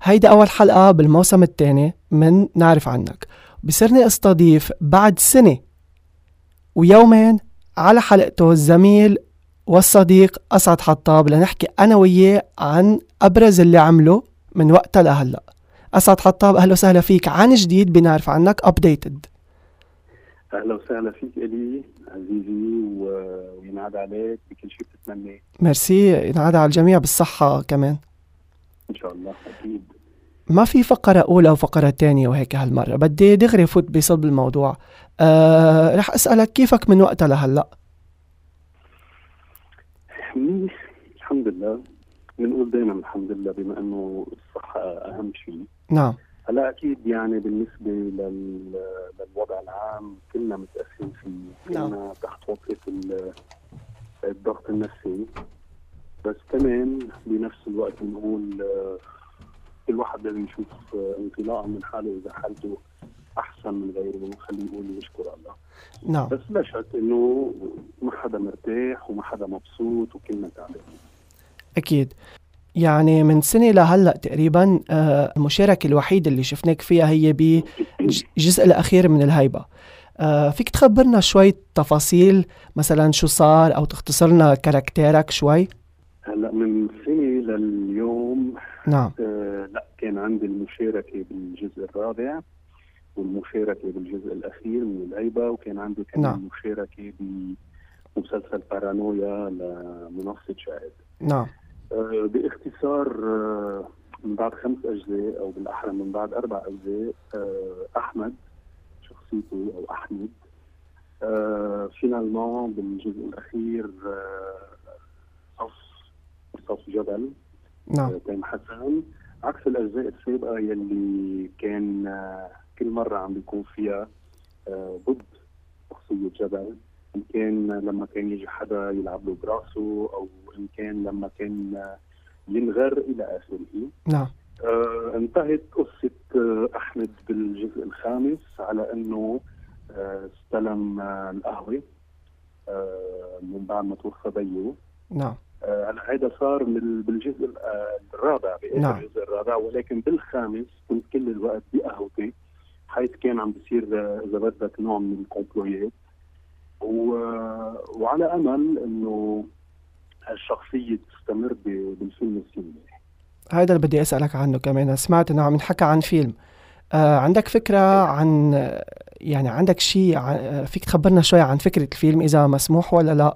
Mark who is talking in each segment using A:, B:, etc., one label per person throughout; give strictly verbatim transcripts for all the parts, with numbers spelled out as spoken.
A: هيدا أول حلقة بالموسم الثاني من نعرف عنك. بصيرني استضيف بعد سنة ويومين على حلقته الزميل والصديق أسعد حطاب لنحكي أنا وياه عن أبرز اللي عمله من وقتها لهلأ. أسعد حطاب، أهلا وسهلا فيك عن جديد بنعرف عنك أبديتد.
B: أهلا وسهلا فيك إلي عزيزي، وينعاد عليك بكل شيء بتتمناه.
A: ميرسي، ينعاد على الجميع بالصحة كمان
B: إن شاء الله. أكيد
A: ما في فقرة أولى وفقرة تانية وهيك هالمرة، بدي دغري فوت بصلب الموضوع. أه رح أسألك كيفك من وقتها لهلأ؟
B: منيح الحمد لله، بنقول دايما الحمد لله بما أنه الصحة أهم شيء.
A: نعم.
B: هلا أكيد يعني بالنسبة لل... للوضع العام كلنا متأثرين فيه، كلنا
A: نعم.
B: تحت وطئة الضغط النفسي، بس كمان بنفس الوقت بنقول كل واحد لازم يشوف انطلاقا من حاله إذا حالته أحسن من غيره وخليه يقول يشكر الله.
A: نعم.
B: بس لا شك إنه ما حدا مرتاح وما حدا مبسوط وكلنا تعبانين.
A: أكيد. يعني من سنة لهلأ تقريبا آه المشاركة الوحيدة اللي شفناك فيها هي بالجزء الأخير من الهيبة. آه فيك تخبرنا شوي تفاصيل مثلا شو صار أو تختصر لنا كاركتيرك شوي؟
B: هلا من سنة لليوم
A: نعم.
B: آه لا كان عندي المشاركة بالجزء الرابع والمشاركة بالجزء الأخير من الهيبة، وكان عندي كمان
A: نعم.
B: مشاركة بمسلسل بارانويا لمنصة شاهد.
A: نعم.
B: آه باختصار آه من بعد خمس أجزاء أو بالأحرى من بعد أربع أجزاء آه أحمد شخصيته أو أحمد آه فينالمان بالجزء الأخير آه صف صف جبل.
A: نعم.
B: كان حسن عكس الأجزاء السابقة يلي كان آه كل مرة عم بيكون فيها آه ضد شخصية جبل، إن كان لما كان يجي حدا يلعب له براسه أو إن كان لما كان آه ينغر إلى آخره.
A: نعم.
B: آه انتهت قصة آه أحمد بالجزء الخامس على أنه آه استلم آه القهوة آه من بعد ما توفى بيه.
A: نعم.
B: هلا آه هذا صار بالجزء الرابع بآخر
A: نعم.
B: الجزء الرابع، ولكن بالخامس كنت كل الوقت بقهوتي، حيث كان عم بيصير إذا بدك نوع من الكومبلويات، وعلى أمل إنه هالشخصية تستمر بالفيلم السينمائي.
A: هذا اللي بدي أسألك عنه كمان. سمعت إنه عم ينحكى عن فيلم. آه عندك فكرة عن يعني عندك شيء فيك تخبرنا شوي عن فكرة الفيلم إذا مسموح ولا لا؟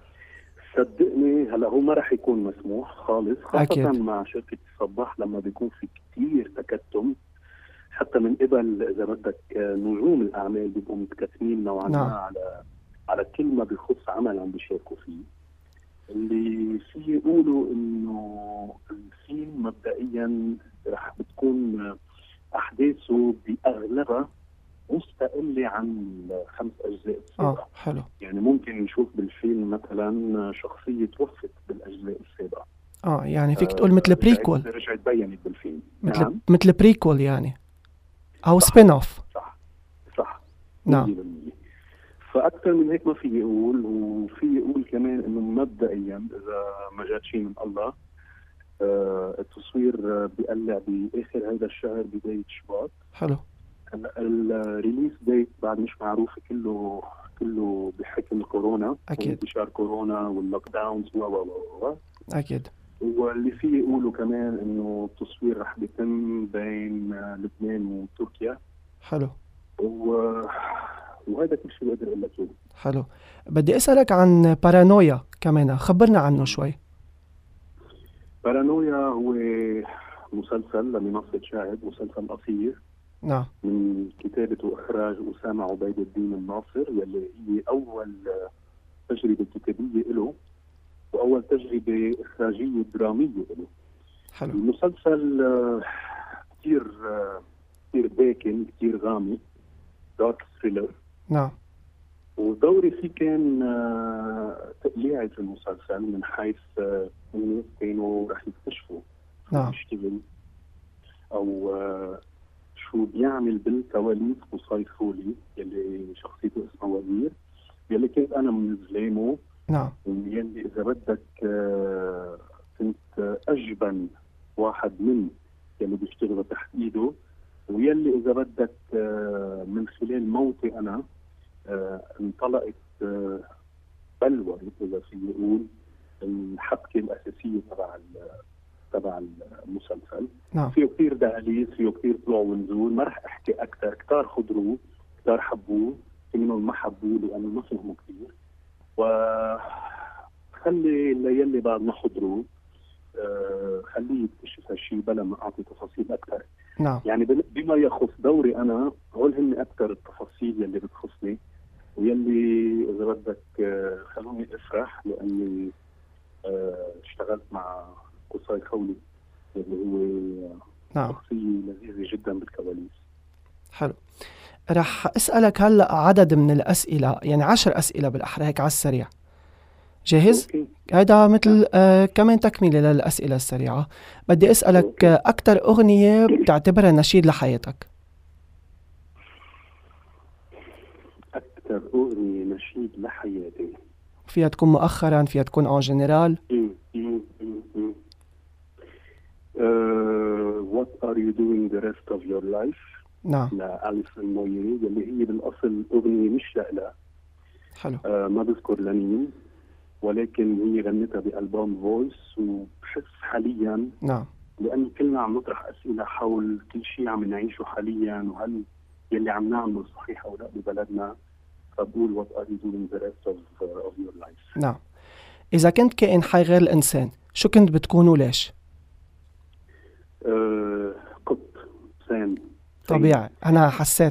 B: صدقني هلا هو ما راح يكون مسموح خالص، خاصة أكيد. مع شركة الصباح لما بيكون في كتير تكتم حتى من قبل إذا بدك نجوم الأعمال بيبقوا متكتمين نوعا ما على على كل ما بيخص عمل عم بيشاركوا فيه. اللي في يقولوا إنه الفيلم مبدئيا راح بتكون أحداثه بأغلبها مستقلة عن الخمس أجزاء السابقة.
A: آه حلو.
B: يعني ممكن نشوف بالفيلم مثلا شخصية توفت بالأجزاء السابقة.
A: آه يعني فيك تقول مثل بريكول.
B: رجعت بينت بالفيلم.
A: مثل
B: نعم.
A: مثل بريكول يعني أو سبين أوف.
B: صح صح.
A: نعم.
B: فأكثر من هيك ما في يقول، وفي يقول كمان إنه مبدئيا إذا ما جات شيء من الله آه التصوير بيقلع بآخر هذا الشهر بداية شباط.
A: حلو.
B: الريليس ديت بعد مش معروفة، كله كله بحكم كورونا.
A: أكيد.
B: انتشار كورونا واللوك داونز و و و
A: أكيد.
B: واللي فيه يقولوا كمان إنه التصوير رح بيتم بين لبنان وتركيا.
A: حلو.
B: و... وهذا كل شيء بقدر أقول لك.
A: حلو. بدي أسألك عن بارانويا كمان، خبرنا عنه شوي.
B: بارانويا هو مسلسل لمنصة شاهد، مسلسل قصير.
A: نعم.
B: من كتابة وإخراج أسامة عبيد الدين الناصر، يلي هي أول تجربة كتابية له وأول تجربة إخراجية درامية له.
A: حلو.
B: المسلسل كتير كتير باكن، كتير غامض، دارك ثريلر.
A: نعم.
B: ودوري فيه كان تقليعي في المسلسل من حيث الناس كانوا رح يكتشفوا
A: نعم.
B: يشتغل أو شو بيعمل بالكواليس قصي خولي يلي شخصيته اسمه وزير، يلي كنت أنا من ظلامه.
A: نعم.
B: يلي إذا بدك كنت أجبن واحد من يلي بيشتغلوا تحت ايده، ويلي اذا بدك من خلال موتي انا انطلقت بلورة اذا في يقول الحبكه الاساسيه تبع تبع المسلسل.
A: نعم.
B: فيه كثير دهاليز، فيه كثير طلوع ونزول، ما رح احكي اكثر. كتار خضروه، كتار حبوه، في منهم ما حبوه لانه ما فهموا كثير، وخلي اللي بعد ما خضروه آه خليه يكتشف هالشيء بلا ما اعطي تفاصيل اكثر.
A: نعم.
B: يعني بما يخص دوري انا، هول هن اكثر التفاصيل يلي بتخصني، ويلي اذا بدك آه خلوني افرح لاني آه اشتغلت مع قصي خولي اللي هو
A: نعم.
B: شخصية لذيذة جدا بالكواليس.
A: حلو. رح اسألك هلأ عدد من الأسئلة، يعني عشر أسئلة بالأحرى هيك على السريع. جاهز؟ هيدا مثل آه كمان تكملة للأسئلة السريعة. بدي أسألك آه أكتر أغنية بتعتبرها نشيد لحياتك.
B: أكتر أغنية نشيد لحياتي
A: فيها تكون مؤخرا، فيها تكون أون جنرال.
B: What are you doing the rest of your life؟
A: نعم.
B: لأليسون مويي، اللي هي بالأصل أغنية مش لها.
A: حلو.
B: آه ما بذكر لمين، ولكن هي غنتها بألبوم فويس. وبحس حاليا
A: نعم،
B: لأنه كلنا عم نطرح أسئلة حول كل شيء عم نعيشه حاليا، وهل يلي عم نعمله صحيح أو لا ببلدنا، فبقول what are you doing the rest of, uh, of your life.
A: نعم. إذا كنت كائن حي غير الإنسان، شو كنت بتكون وليش؟
B: أه قط سام.
A: طبيعي، أنا حسيت.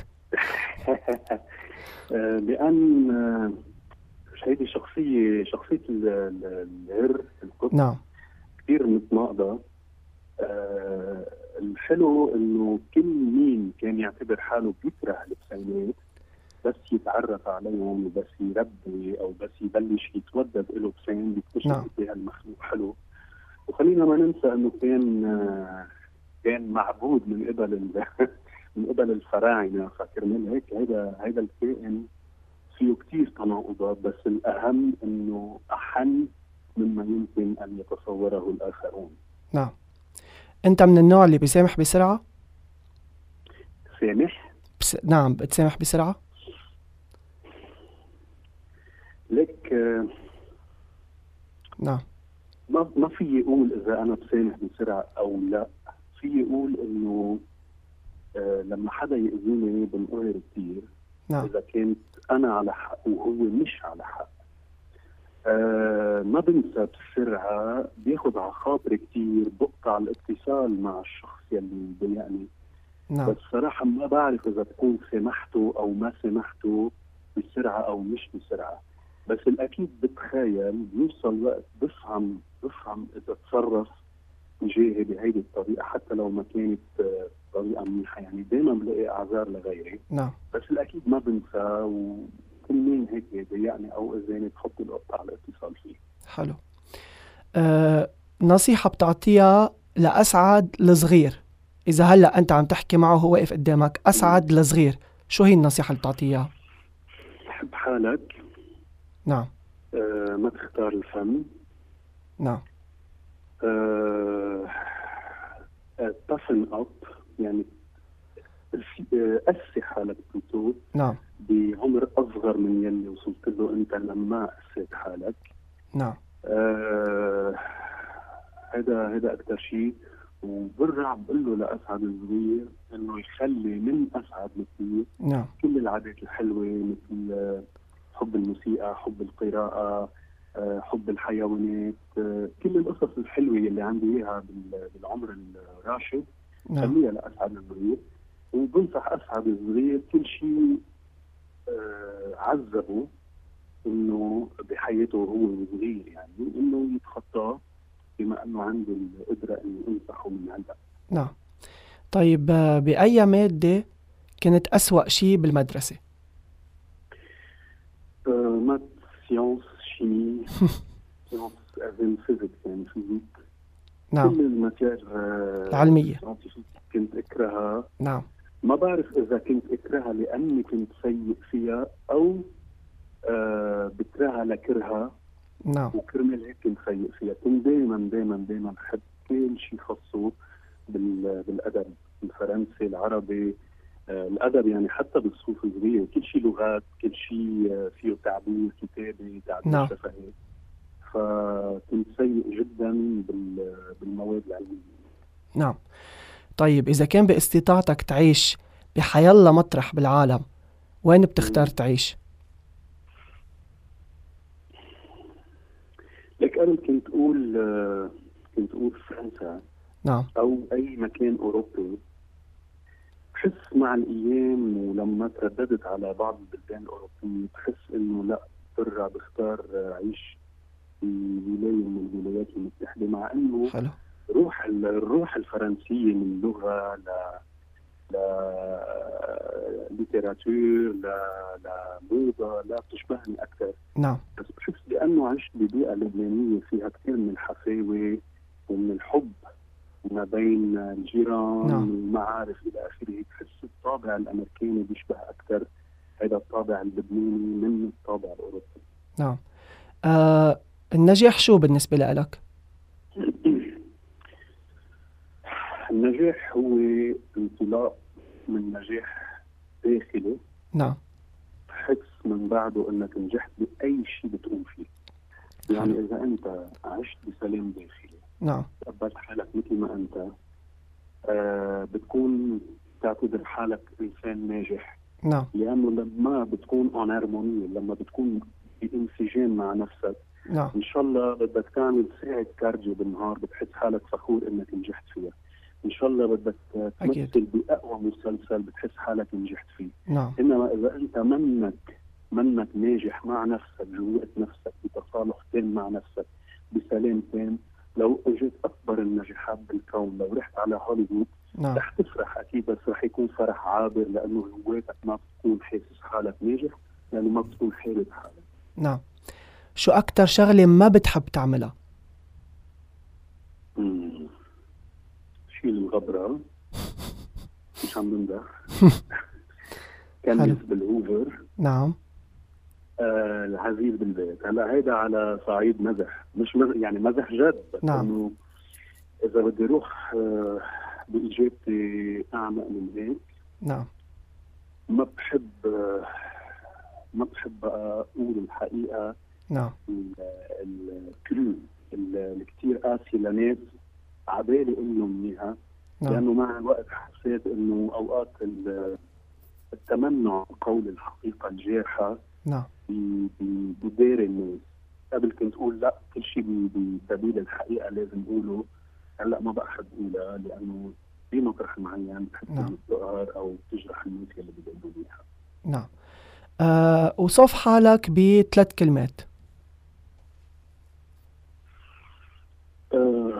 B: لأن مش هيدي شخصية شخصية الهر القط.
A: نعم.
B: كثير متناقضة. أه الحلو إنه كل مين كان يعتبر حاله بيكره البسينات، بس يتعرف عليهم وبس يربي أو بس يبلش يتودد له بسين بيكتشف
A: نعم.
B: فيها المخلوق حلو. وخلينا ما ننسى انه كان كان معبود من قبل من قبل الفراعنه، فكرمال هيك هيدا هيدا الكائن فيه كثير تناقضات، بس الاهم انه احن مما يمكن ان يتصوره الاخرون.
A: نعم. انت من النوع اللي بيسامح بسرعه؟
B: سامح؟
A: بس... نعم، بتسامح بسرعه؟
B: لك
A: نعم.
B: ما ما في اقول اذا انا بسامح بسرعه او لا. في اقول انه آه لما حدا يأذيني بنقهر كثير.
A: نعم.
B: اذا كنت انا على حق وهو مش على حق، آه ما بنسى بسرعه، بياخذ على خاطري كثير، بقطع الاتصال مع الشخص يلي ضايقني.
A: نعم.
B: بس صراحه ما بعرف اذا تكون سامحته او ما سامحته بسرعه او مش بسرعه. بس الأكيد بتخيل يوصل وقت بفهم بفهم إذا تصرف تجاهي بهيدي الطريقة حتى لو ما كانت طريقة منيحة. يعني دايما بلاقي أعذار لغيري.
A: نعم.
B: بس الأكيد ما بنسى، وكل مين هيك ضايقني أو إذاني بحط القطع على الاتصال فيه.
A: حلو. أه نصيحة بتعطيها لأسعد الصغير، إذا هلأ أنت عم تحكي معه هو واقف قدامك أسعد الصغير، شو هي النصيحة اللي بتعطيها؟
B: حب حالك.
A: نعم.
B: آه ما تختار الفن.
A: نعم.
B: آه toughen up، يعني أسي حالك بلوتو.
A: نعم.
B: بعمر أصغر من يلي وصلت له أنت لما أسيت حالك.
A: نعم.
B: آه هذا هذا أكثر شيء. وبرجع بقول له لأسعد الصغير إنه يخلي من أسعد مثلي.
A: نعم.
B: كل العادات الحلوة مثل حب الموسيقى، حب القراءة، حب الحيوانات، كل القصص الحلوة اللي عندي إياها بالعمر الراشد.
A: نعم.
B: خليها لأسعد الصغير. وبنصح أسعد الصغير كل شيء عذبه إنه بحياته وهو صغير، يعني إنه يتخطاه بما أنه عنده القدرة إنه ينصحه من هلا.
A: نعم. طيب بأي مادة كانت أسوأ شيء بالمدرسة؟
B: مات، سيانس، شيمي، سيانس أزل، فيزيك، يعني فيزيك.
A: نعم.
B: كل الماتير
A: العلمية
B: كنت أكرهها.
A: نعم.
B: ما بعرف إذا كنت أكرهها لأني كنت سيء فيها أو آه بكرهها لكرهها.
A: نعم.
B: وكرمال هيك كنت سيء فيها. كنت دايما دايما دايما حب كل شيء خاصه بالادب الفرنسي العربي، الادب يعني حتى بالصوفية كل شيء لغات، كل شيء فيه تعبير كتابي، تعبير
A: نعم.
B: شفهي. فكنت سيء جدا بالمواد العلمية.
A: نعم. طيب إذا كان باستطاعتك تعيش بحيالله مطرح بالعالم، وين بتختار تعيش؟
B: لك أنا كنت أقول كنت أقول فرنسا.
A: نعم.
B: أو أي مكان أوروبي. بحس مع الأيام ولما ترددت على بعض البلدان الأوروبية بحس إنه لا، برا بختار أعيش في ولاية من الولايات المتحدة، مع إنه
A: حلو.
B: روح الروح الفرنسية من لغة ل لليتراتور لموضة لا تشبهني أكثر.
A: نعم.
B: بس بحس لأنه عشت ببيئة لبنانية فيها كثير من الحفاوة ومن الحب ما بين الجيران والمعارف إلى آخره، بحس الطابع الأمريكاني بيشبه أكثر هذا الطابع اللبناني من الطابع الأوروبي.
A: نعم. آه النجاح شو بالنسبة لك؟
B: النجاح هو انطلاق من نجاح داخلي.
A: نعم.
B: بحس من بعده انك نجحت بأي شيء بتقوم فيه. يعني حلو. إذا أنت عشت بسلام داخلي،
A: نعم،
B: تقبلت حالك مثل ما أنت، آه بتكون تعتبر حالك إنسان ناجح.
A: نعم.
B: لأنه لما بتكون اون هارموني، لما بتكون بانسجام مع نفسك،
A: نعم،
B: إن شاء الله بدك تعمل ساعة كارديو بالنهار بتحس حالك فخور إنك نجحت فيها. إن شاء الله بدك تمثل بأقوى مسلسل بتحس حالك نجحت فيه.
A: نعم.
B: إنما إذا أنت منك منك ناجح مع نفسك، جوات نفسك، بتصالح تام مع نفسك، بسلام تام، لو اجت اكبر النجاحات بالكون، لو رحت على هوليوود،
A: نعم،
B: رح تفرح اكيد، بس رح يكون فرح عابر، لانه جواتك ما بتكون حاسس حالك ناجح، لانه ما بتكون حابب حالك.
A: نعم. شو اكثر شغله ما بتحب تعملها؟
B: امم شيل الغبره. مش عم بمدح. كنس بالهوفر.
A: نعم.
B: آه العزيز بالبيت. هلا هيدا على صعيد مزح، مش مزح يعني مزح جد، بس
A: نعم.
B: انه اذا بدي اروح آه باجابتي اعمق من هيك.
A: نعم.
B: ما بحب آه ما بحب اقول الحقيقه.
A: نعم.
B: الكرو اللي كثير قاسي لناس عبالي انه منيحه.
A: نعم.
B: لانه مع الوقت حسيت انه اوقات التمنع قول الحقيقه الجارحه
A: نعم
B: بدار الناس. قبل كنت اقول لا، كل شيء بسبيل الحقيقه لازم اقوله. هلا ما بقى حد اقولها، لانه في مطرح معين بحس
A: نعم.
B: الثغار او بتجرح الناس اللي بيقولوا اياها.
A: نعم. أه وصف حالك بثلاث كلمات.
B: أه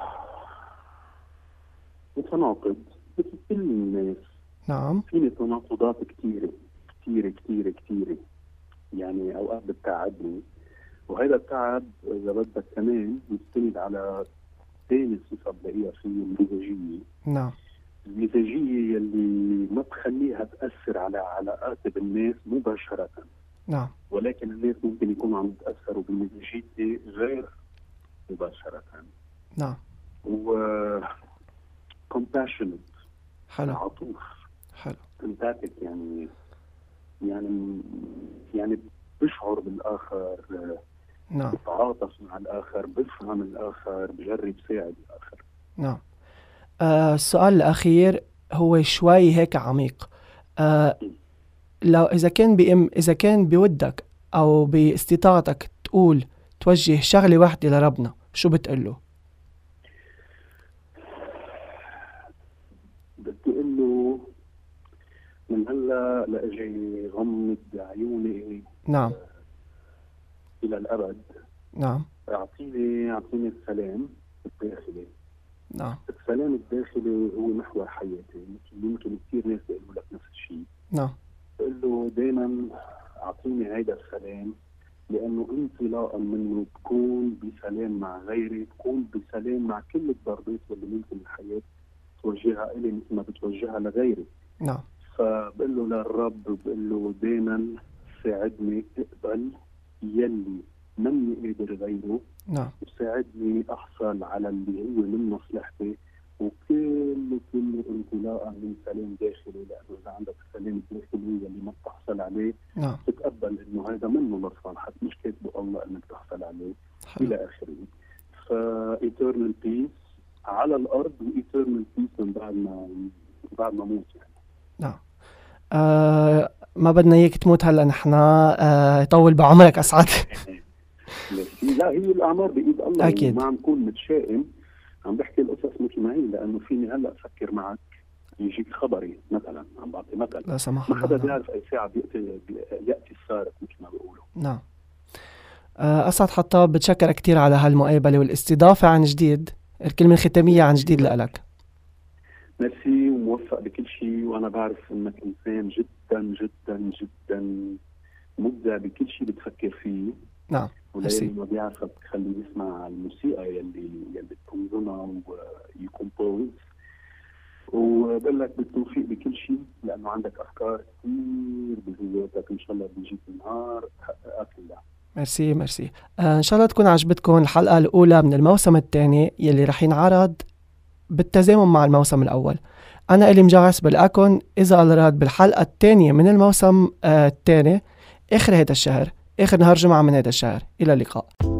B: متناقض مثل كل الناس.
A: نعم.
B: فيني تناقضات كثيره كثيره كثيره كثيره، يعني اوقات بتتعبني، وهذا التعب اذا بدك كمان مستند على ثاني صفه بلاقيها في المزاجيه.
A: نعم.
B: المزاجيه يلي ما بخليها تاثر على علاقاتي بالناس مباشره.
A: نعم.
B: ولكن الناس ممكن يكونوا عم يتاثروا بمزاجيتي غير مباشره.
A: نعم.
B: و compassionate.
A: حلو.
B: عطوف.
A: حلو.
B: empathic، يعني يعني يعني بشعر بالآخر.
A: نعم.
B: بتعاطف مع الآخر، بفهم الآخر، بجرب ساعد الآخر.
A: نعم. آه السؤال الأخير هو شوي هيك عميق. آه لو إذا كان بإم إذا كان بودك أو باستطاعتك تقول توجه شغلة واحدة لربنا، شو بتقله؟
B: بدي أقول له من هلا لأجي غمض عيوني.
A: نعم.
B: إلى الأبد.
A: نعم.
B: أعطيني أعطيني السلام الداخلي.
A: نعم.
B: السلام الداخلي هو محور حياتي. يمكن كثير ناس يقولوا لك نفس الشيء.
A: نعم.
B: بقول له دائما أعطيني هيدا السلام، لأنه انطلاقا منه بكون بسلام مع غيري، بكون بسلام مع كل الضربات اللي ممكن الحياة توجهها إلي مثل ما بتوجهها لغيري.
A: نعم.
B: فبقول له للرب، بقول له دائما ساعدني اقبل يلي مني قادر غيره.
A: نعم.
B: وساعدني احصل على اللي هو من مصلحتي، وكل كل انطلاقا من سلام داخلي، لانه اذا عندك السلام الداخلي اللي ما بتحصل عليه
A: نعم
B: تتقبل انه هذا منه لصالحك، مش كاتبه الله انك تحصل عليه حلو. الى اخره. فايترنال بيس على الارض وايترنال بيس من بعد ما بعد ما موت يعني.
A: نعم. آه ما بدنا اياك تموت هلا نحن، آه يطول بعمرك اسعد.
B: لا هي الاعمار بايد الله
A: اكيد.
B: ما عم كون متشائم، عم بحكي القصص مثل ما هي، لانه فيني هلا افكر معك يجيك خبري مثلا، عم بعطي مثل،
A: لا سمح
B: ما
A: الله.
B: حدا بيعرف اي ساعه بياتي ياتي السارق مثل ما بيقولوا.
A: نعم. أسعد حطاب، بتشكرك كتير على هالمقابلة والاستضافة عن جديد، الكلمة الختامية عن جديد لك.
B: ميرسي وموفق بكل شيء، وأنا بعرف إنك إنسان جدا جدا جدا مبدع بكل شيء بتفكر فيه.
A: نعم.
B: وليلي ما بيعرفك تخليه يسمع الموسيقى يلي يلي بتنظمها ويكمبوز، وبقول لك بالتوفيق بكل شيء، لأنه عندك أفكار كثير بذاتك، إن شاء الله بيجيك النهار تحققها كلها.
A: ميرسي ميرسي. آه إن شاء الله تكون عجبتكم الحلقة الأولى من الموسم الثاني يلي رح ينعرض بالتزامن مع الموسم الأول. أنا إلي مجعس بلقاكم إذا أراد بالحلقة الثانية من الموسم الثاني آه آخر هذا الشهر، آخر نهار جمعة من هذا الشهر. إلى اللقاء.